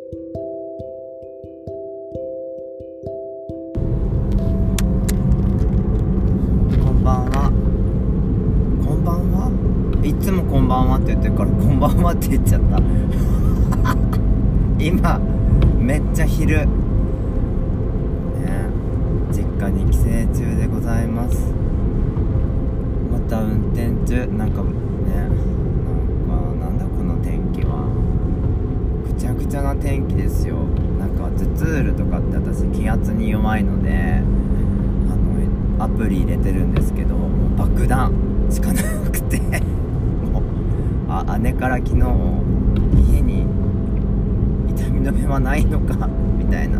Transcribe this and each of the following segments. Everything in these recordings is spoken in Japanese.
こんばんは。こんばんはいつもこんばんはって言ってるからこんばんはって言っちゃった今めっちゃ昼ね、実家に帰省中でございます。また運転中。なんかなんだこの天気は。ぐちゃぐちゃな天気ですよ。なんか頭痛ールとかって私気圧に弱いのでアプリ入れてるんですけど、もう爆弾しかなくてもう姉から昨日家に痛み止めはないのかみたいな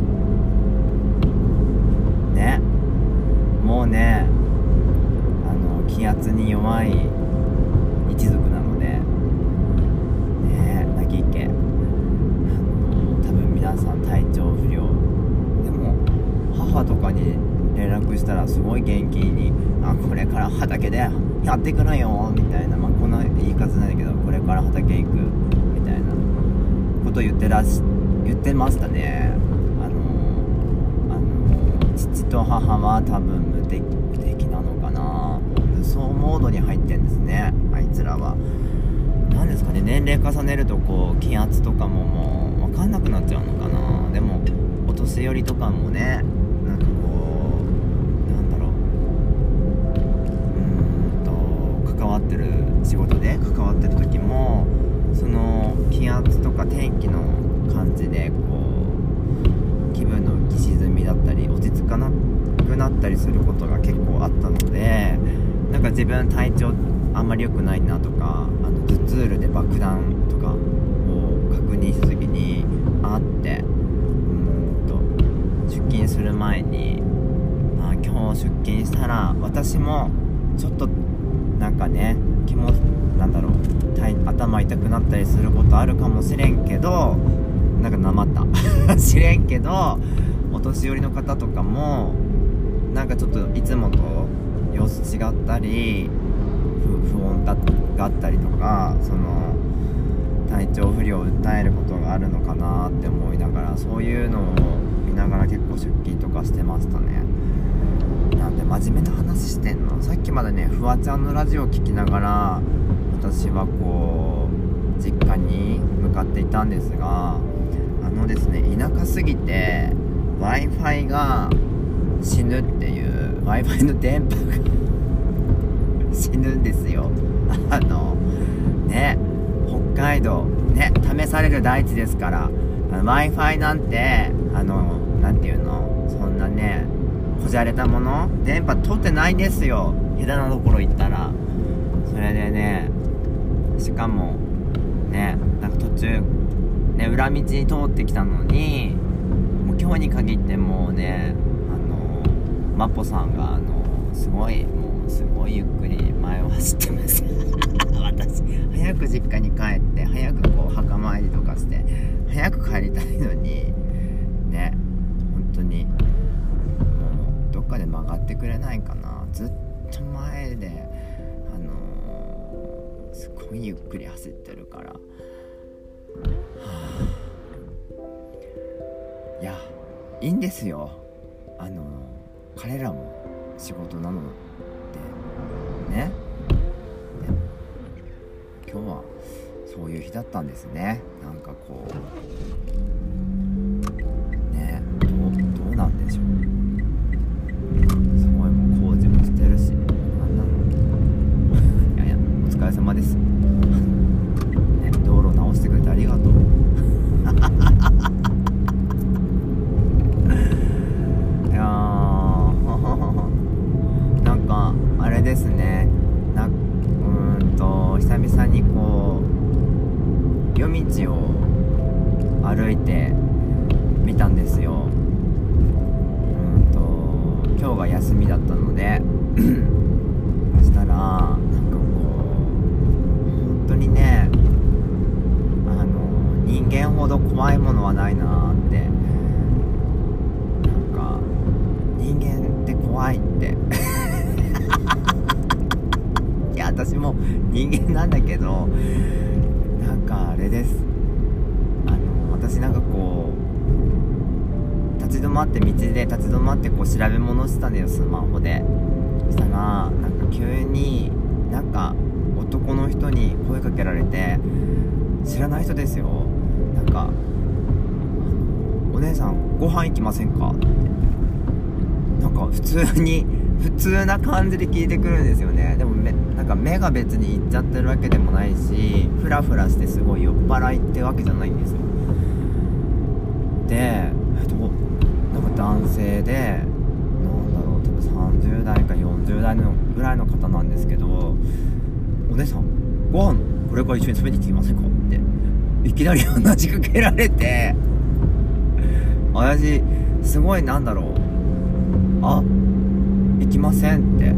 ね。もうね気圧に弱い一族なのでね、なぎけ多分皆さん体調不良でも母とかに連絡したらすごい元気にこれから畑でやっていくのよみたいな、こんな言い方ないけどこれから畑行くみたいなこと言ってましたね。父と母は多分無敵なのかな。武装モードに入ってんですね、あいつらは。なんですかね、年齢重ねると気圧とかももう分かんなくなっちゃうのかな。でもお年寄りとかもね、仕事で関わってる時もその気圧とか天気の感じで気分の浮き沈みだったり落ち着かなくなったりすることが結構あったので、なんか自分体調あんまり良くないなとか頭痛ールで爆弾とかを確認した時にって出勤する前に今日出勤したら私もちょっとなんかね頭痛くなったりすることあるかもしれんけど、なんかなまった知れんけど、お年寄りの方とかもなんかちょっといつもと様子違ったり不穏があったりとか、その体調不良を訴えることがあるのかなって思いながら、そういうのを見ながら結構出勤とかしてましたね。なんで真面目な話してんの。さっきまでねフワちゃんのラジオを聞きながら私は実家に向かっていたんですが、ですね、田舎すぎて Wi-Fi が死ぬっていう、 Wi-Fi の電波が死ぬんですよ。ね、北海道ね、試される大地ですから、Wi-Fi なんてなんていうの、そんなねこじゃれたもの電波取ってないんですよ、下手なところ行ったら。それでね、しかもね、なんか途中ね裏道に通ってきたのに、もう今日に限ってもうねマポさんがすごいゆっくり前を走ってます私早く実家に帰って早く墓参りとかして早く帰りたいのにね、本当にもうどっかで曲がってくれないかな。ずっと前ですごいゆっくり走ってるから、いやいいんですよ、彼らも仕事なのでね。今日はそういう日だったんですね。なんかね、どうなんでしょう。すごいもう工事もしてるし、いやお疲れ様です、ね、道路直してくれてありがとういやなんかあれですね、久々に夜道を歩いてみたんですよ。今日が休みだったのでそしたらなんか本当にね、人間ほど怖いものはないなって、なんか人間って怖いっていや私も人間なんだけど、なんかあれです、 私なんかこう道で立ち止まってこう調べ物してたんだよ、スマホで。そしたらなんか急になんか男の人に声かけられて、知らない人ですよ。なんかお姉さんご飯行きませんかって、なんか普通な感じで聞いてくるんですよね。でもなんか目が別に行っちゃってるわけでもないし、フラフラしてすごい酔っ払いってわけじゃないんですよ。でなんか男性で、なんだろう、多分30代か40代のぐらいの方なんですけど、お姉さんご飯これから一緒に食べに行ってきませんかっていきなり話しかけられて、私すごいなんだろう、あ、行きませんって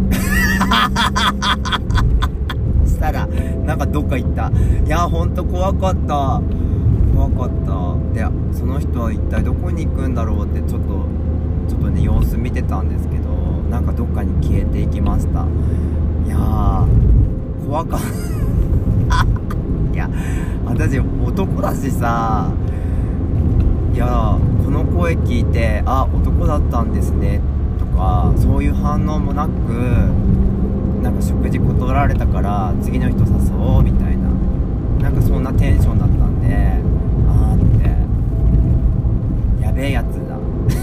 したらなんかどっか行った。いやほんと怖かったで、その人は一体どこに行くんだろうってちょっとね様子見てたんですけど、なんかどっかに消えていきました。いやー怖かったいや私男だしさ、いやこの声聞いて、あ、男だったんですねとかそういう反応もなく、なんか食事断られたから次の人誘おうみたいな、なんかそんなテンションだったんで、あーってやべえやつだ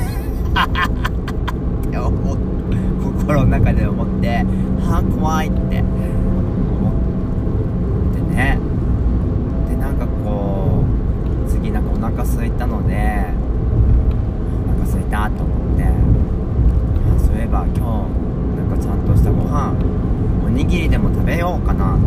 って心の中で思って、はぁ怖いって思ってね。でなんかこう次なんかお腹空いたので、お腹空いたと思って、そういえば今日なんかちゃんとしたご飯おにぎりでも食べようかなって。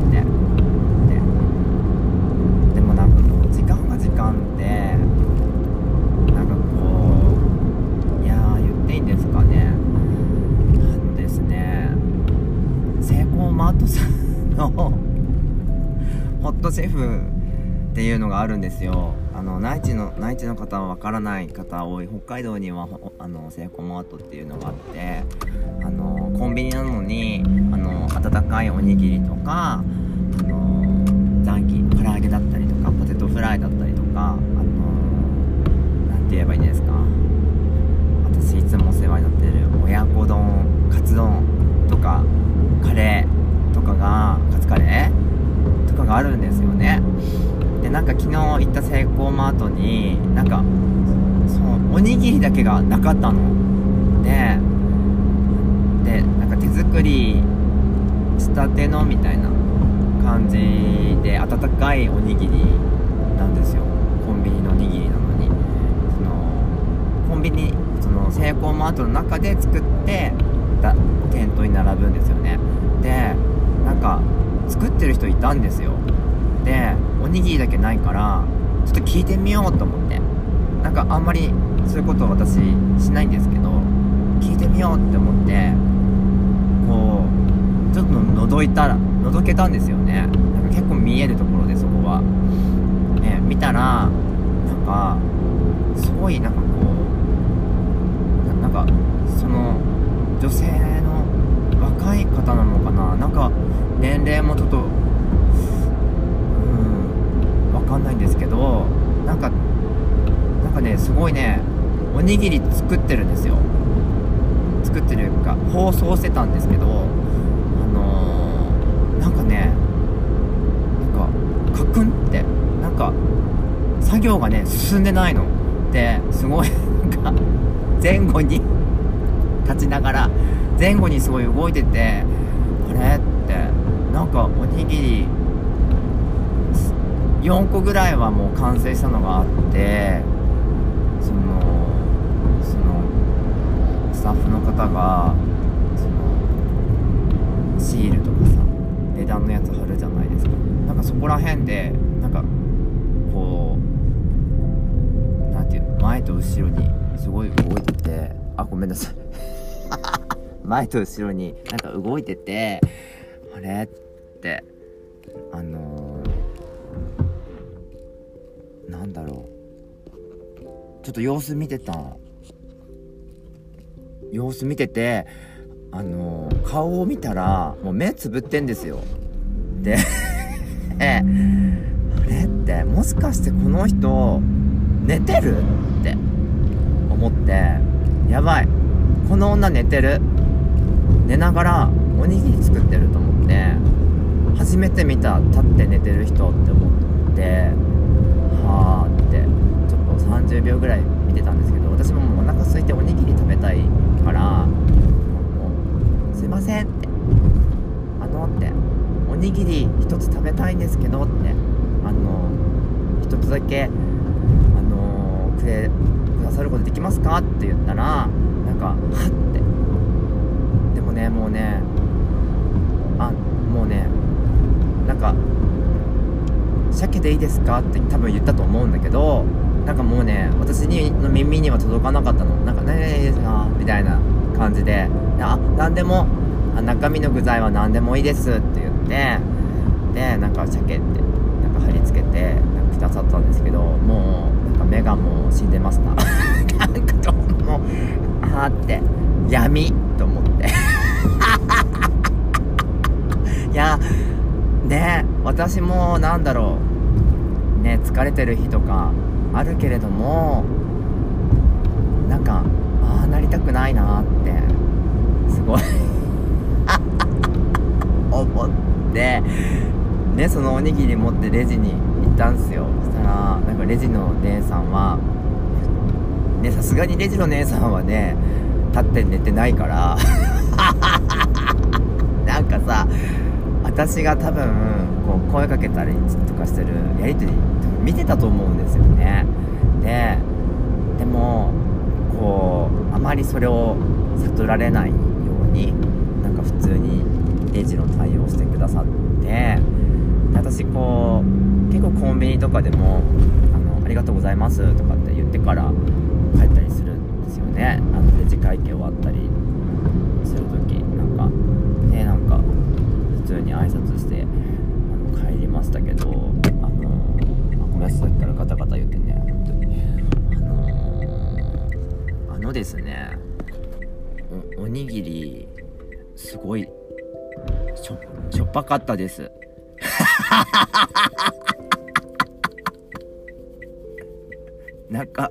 でもなんかこう時間が時間で、なんかこう、いやー言っていいんですかね、ですね、セイコーマートさんのホットシェフっていうのがあるんですよ。内地の方はわからない方多い。北海道にはセイコーマートっていうのがあって、コンビニなのに温かいおにぎりとか残機唐揚げだったりとかポテトフライだったりとか、なんて言えばいいんですか、私いつもお世話になってる親子丼、カツ丼とかカレーとかがカツカレーとかがあるんですよね。でなんか昨日行ったセイコーマートになんかそのおにぎりだけがなかったので、なんか手作りしたてのみたいな感じで温かいおにぎりなんですよ。コンビニのおにぎりなのに、コンビニセイコーマートの中で作って店頭に並ぶんですよね。でなんか作ってる人いたんですよ。でおにぎりだけないからちょっと聞いてみようと思って、なんかあんまりそういうこと私しないんですけど、聞いてみようって思ってこうちょっと覗けたんですよね。なんか結構見えるところで、そこはね、見たらなんかすごいなんかこうなんかその女性の若い方なのかな、なんか年齢もちょっとわかんないんですけど、なんかねすごいねおにぎり作ってるんですよ。作ってるか包装してたんですけど、なんかね、なんかカクンってなんか作業がね進んでないのですごいなんか前後に立ちながら前後にすごい動いてて、あれってなんかおにぎり4個ぐらいはもう完成したのがあって、そのスタッフの方がシールとかさ値段のやつ貼るじゃないですか。なんかそこら辺でなんかこうなんていうの、前と後ろにすごい動いてて、あ、ごめんなさい前と後ろになんか動いてて、あれってなんだろう、ちょっと様子見てて顔を見たらもう目つぶってんですよ。であれってもしかしてこの人寝てるって思って、やばい、この女寝てる、寝ながらおにぎり作ってると思って、初めて見た立って寝てる人って思って、はーってちょっと30秒ぐらい見てたんですけど、私ももうお腹空いておにぎり食べたいから、もうすいませんって、っておにぎり一つ食べたいんですけどって、一つだけくださることできますかって言ったら、なんかはってでもね、もうねなんか鮭でいいですかって多分言ったと思うんだけど、なんかもうね、私の耳には届かなかったの。なんかねいいですかみたいな感じで、なんでも中身の具材は何でもいいですって言って、でなんか鮭ってなんか貼り付けてくださったんですけど、もうなんか目がもう死んでましたなんかどうもって闇と思っていやね、私もなんだろうね、疲れてる日とかあるけれども、なんかなりたくないなってすごい思ってね、そのおにぎり持ってレジに行ったんすよ。そしたらなんかレジの姉さんはね、さすがにレジの姉さんはね立って寝てないからなんかさ、私が多分こう声かけたりとかしてるやりとり見てたと思うんですよね。でもこうあまりそれを悟られないように、なんか普通にレジの対応してくださって、で私こう結構コンビニとかでもありがとうございますとかって言ってから帰ったりするんですよね。レジ会計終わったりするときなんか普通に挨拶して帰りましたけど、ごめんなさい、さっきからガタガタ言ってね、本当にですね、おにぎりすごいしょっぱかったですなんか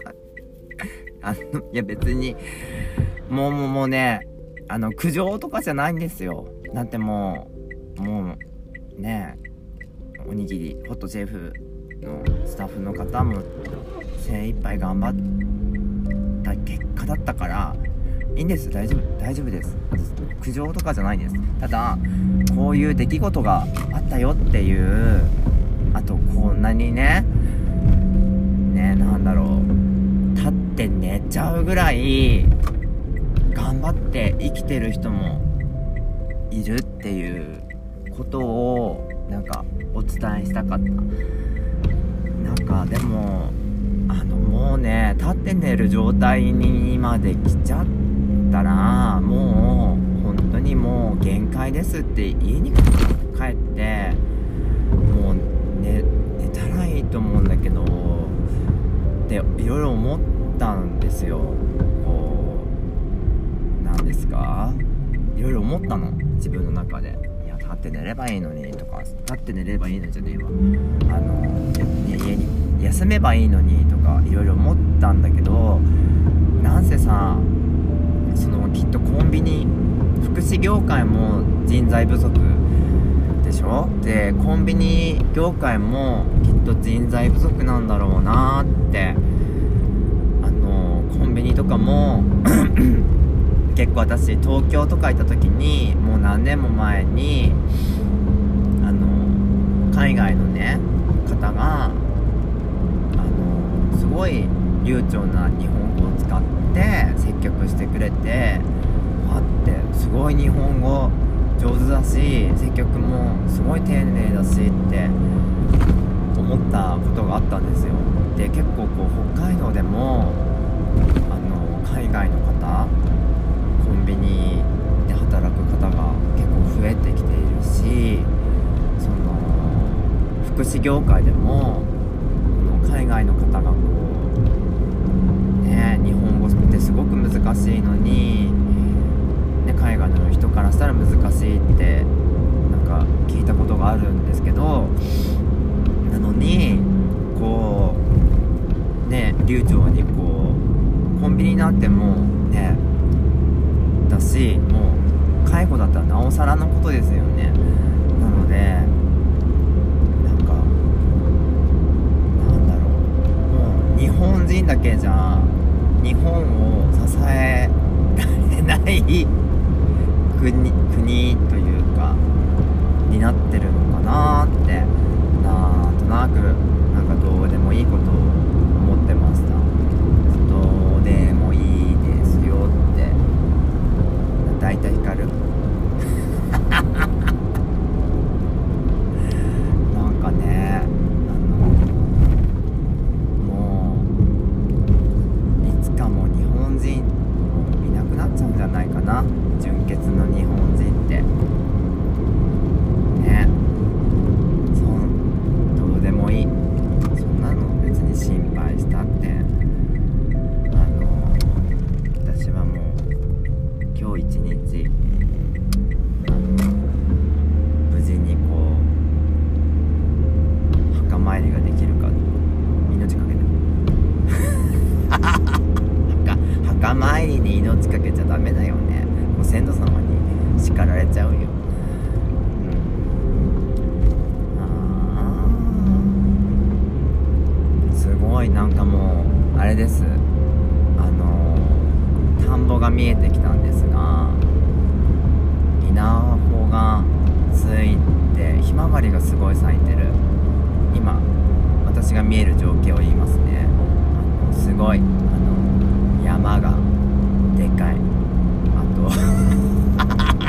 いや別にもうね、苦情とかじゃないんですよ。なんてもうね、おにぎりホットシェフのスタッフの方も精一杯頑張った結果だったからいいんです。大丈夫です。苦情とかじゃないです。ただこういう出来事があったよっていう、あとこんなにねなんだろう、立って寝ちゃうぐらい頑張って生きてる人もいるっていうことをなんかお伝えしたかった。なんかでももうね、立って寝る状態にまで来ちゃったら、もう本当にもう限界ですって家に帰ってもう寝たらいいと思うんだけどっていろいろ思ったんですよ。こうなんですか、いろいろ思ったの、自分の中で。いや、立って寝ればいいのにとか、立って寝ればいいのじゃねえわ、家に休めばいいのにとかいろいろ思ったんだけど、なんせさ、きっとコンビニ福祉業界も人材不足でしょ。でコンビニ業界もきっと人材不足なんだろうなって。コンビニとかも結構私東京とか行った時に、もう何年も前に海外のね方がすごい流暢な日本語を使って接客してくれて、すごい日本語上手だし接客もすごい丁寧だしって思ったことがあったんですよ。で結構こう北海道でも海外の方、コンビニで働く方が結構増えてきているし、福祉業界でも海外の方がこうね、日本語ってすごく難しいのに、ね、海外の人からしたら難しいってなんか聞いたことがあるんですけど、なのにこうね流暢にこうコンビニなんてもうねだし、もう介護だったらなおさらのことですよね。なのでなんかなんだろう、もう日本人だけじゃ日本を支えられない国というかになってるのかなって、なんとなくなんかどうでもいいことを思ってました。どうでもいいですよって。大体光るなんかね、もういつかもう日本人もいなくなっちゃうんじゃないかな、純血の日本人ってね。どうでもいい、そんなの別に心配したって、私はもう今日一日無事にこう墓参りができるか命かけて墓参りに命かけちゃダメだよね。ご先祖様に叱られちゃうよ。すごいなんかもうあれです、田んぼが見えてきたんですが、稲穂がついてひまわりがすごい咲いてる。今私が見える情景を言いますね。すごい山がでかい、あ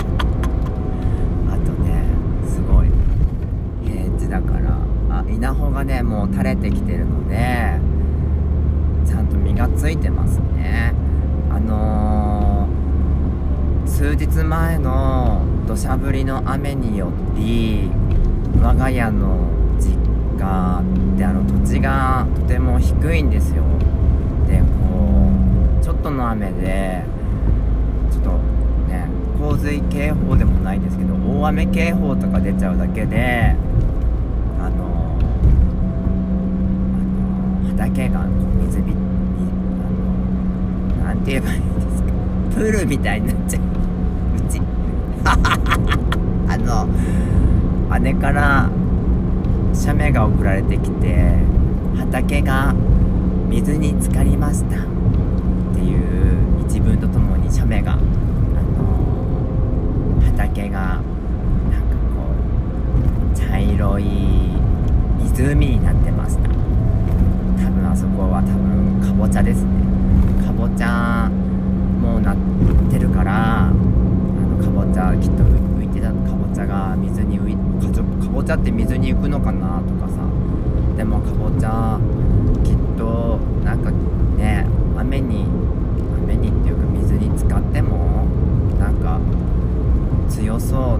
とねすごい平地だから、稲穂がねもう垂れてきてるのでちゃんと実がついてますね。数日前の土砂降りの雨により我が家の実家って土地がとても低いんですよ。でこうちょっとの雨でちょっとね洪水警報でもないんですけど大雨警報とか出ちゃうだけで畑がこう水になんて言えばいいんですか、プールみたいになっちゃう。うち姉から写メが送られてきて、畑が水に浸かりましたっていう一文とともに写メが畑がなんかこう茶色い湖になってました。多分あそこはかぼちゃですね。かぼちゃもうなってるから、かぼちゃきっと浮いてたかぼちゃが水にかぼちゃって水に浮くのかなとかさ。でもかぼちゃきっとなんかね雨にっていうか水に浸かってもなんか強そうって、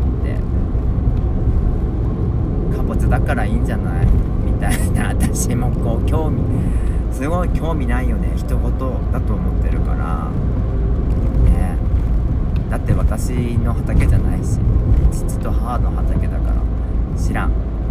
かぼちゃだからいいんじゃないみたいな。私もこうすごい興味ないよね、人事だと思ってるからね。だって私の畑じゃないし父と母の畑だから知らん。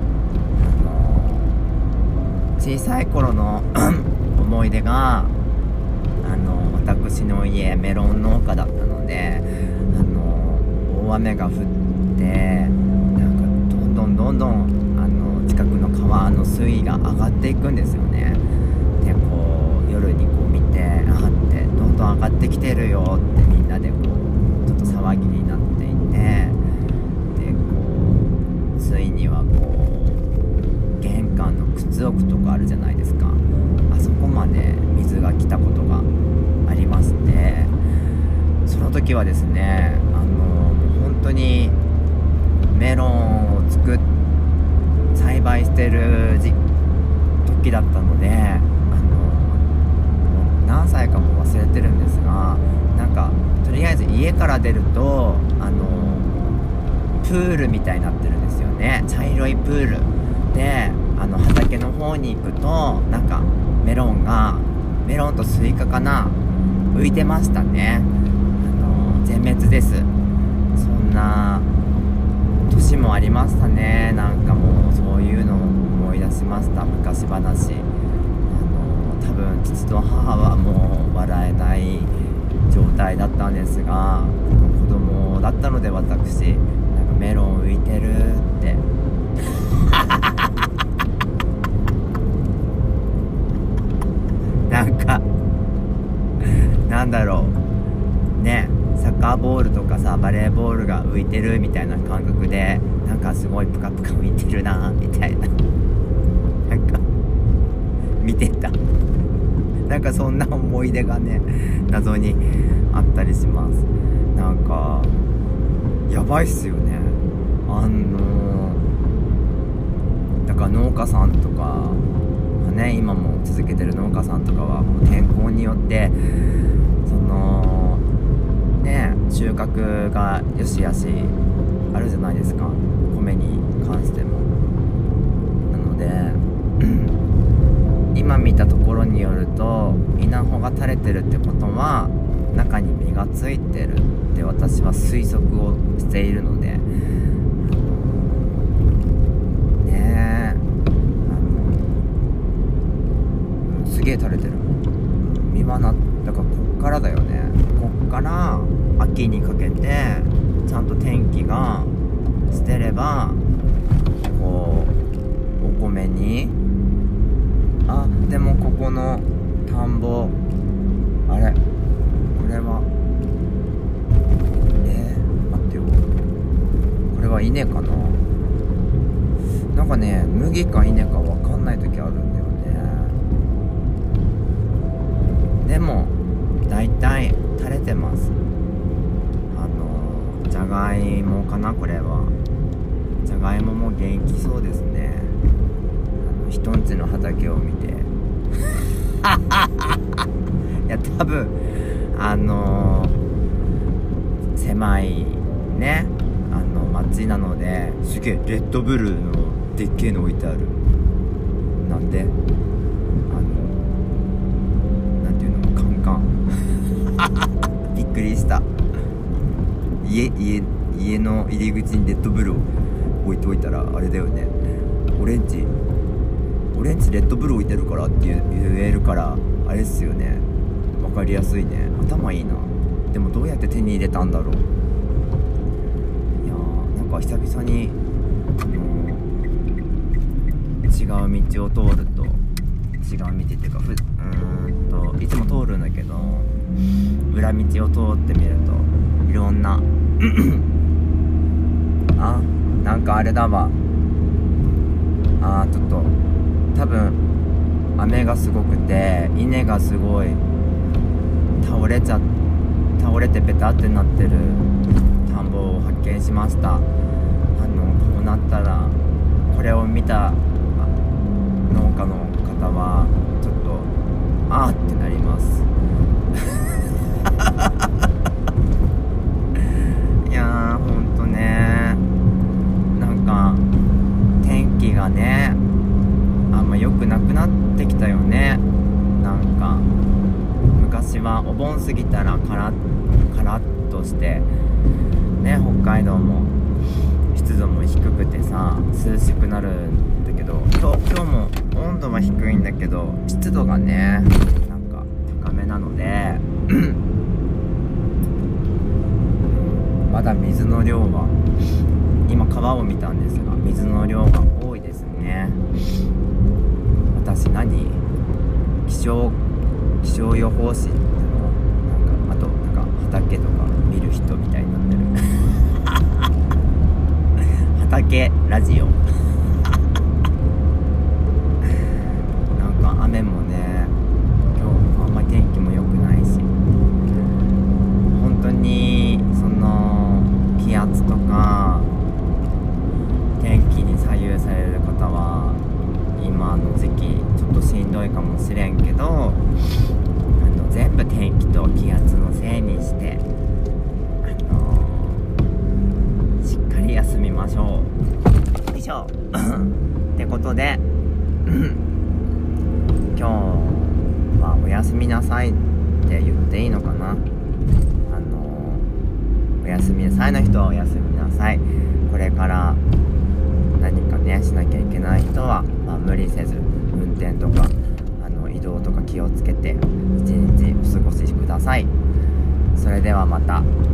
小さい頃の思い出が私の家メロン農家だったので大雨が降ってなんかどんどん近くの川の水位が上がっていくんですよね。でこう夜にこう見てってどんどん上がってきてるよってみんなでこうちょっと騒ぎになっていて、でこうついにはこう玄関の靴置くとかあるじゃないですか、あそこまで水が来たことがありまして、その時はですね本当にメロンを栽培してる時だったので何歳かも忘れてるんですが、なんかとりあえず家から出るとプールみたいになってるんですよね。茶色いプールで畑の方に行くとなんかメロンとスイカかな浮いてましたね。全滅です。そんな年もありましたね。なんかもうそういうのを思い出しました。昔話。 多分父と母はもう笑えない状態だったんですが、子供だったので私、なんかメロン浮いてるってなんかなんだろうね、サッカーボールとかさ、バレーボールが浮いてるみたいな感覚で、なんかすごいプカプカ浮いてるなみたいななんか見てた。なんかそんな思い出がね、謎にあったりします。なんかやばいっすよね。だから農家さんとかね、今も続けてる農家さんとかはもう天候によってそのね、収穫がよし悪しあるじゃないですか、米に関しても。なので今見たところによると、稲穂が垂れてるってことは中に実がついてるって私は推測をしているので、すげえ垂れてる。実はだからこっからだよね。こっから秋にかけてちゃんと天気がしてれば、こうお米に、でもここの田んぼ、あれこれは待ってよ、これは稲かな。なんかね、麦か稲か分かんない時あるんだよね。でも大体垂れてます。じゃがいもかな、これは。じゃがいもも元気そうですね。人んちの畑を見ていや多分狭いね町なので、すげえレッドブルのでっけえの置いてある。なんでなんていうの、カンカンびっくりした。家の入り口にレッドブルを置いておいたら、あれだよね、オレンジレッドブル置いてるからって言えるから、あれっすよね、わかりやすいね。頭いいな。でもどうやって手に入れたんだろう。いやー、なんか久々に違う道を通ると、違う道っていうかいつも通るんだけど、裏道を通ってみるといろんななんかあれだわ。ちょっと多分雨がすごくて、稲がすごい倒れてペタってなってる田んぼを発見しました。こうなったら、これを見た農家の方はちょっとってなりますいやー、ほんとね、なんか天気がね、あんま良くなくなってきたよね。なんか昔はお盆過ぎたらカラッとしてね、北海道も湿度も低くてさ、涼しくなるんだけど、今日も温度は低いんだけど湿度がね、なんか高めなのでまだ水の量は、今川を見たんですが、水の量が多いですね。私気象予報士っていうの、なんか畑とか見る人みたいになってる畑ラジオなんか雨もね、今日あんまり天気も良くないし、本当にその気圧とか天気に左右される方は今の時期ちょっとしんどいかもしれんけど、全部天気と気圧のせいにしてしっかり休みましょう。よいしょってことで今日はおやすみなさいって言っていいのかな。おやすみなさいの人はおやすみなさい。これから何かねしなきゃいけない人は、無理せず運転とか移動とか気をつけて一日お過ごしください。それではまた。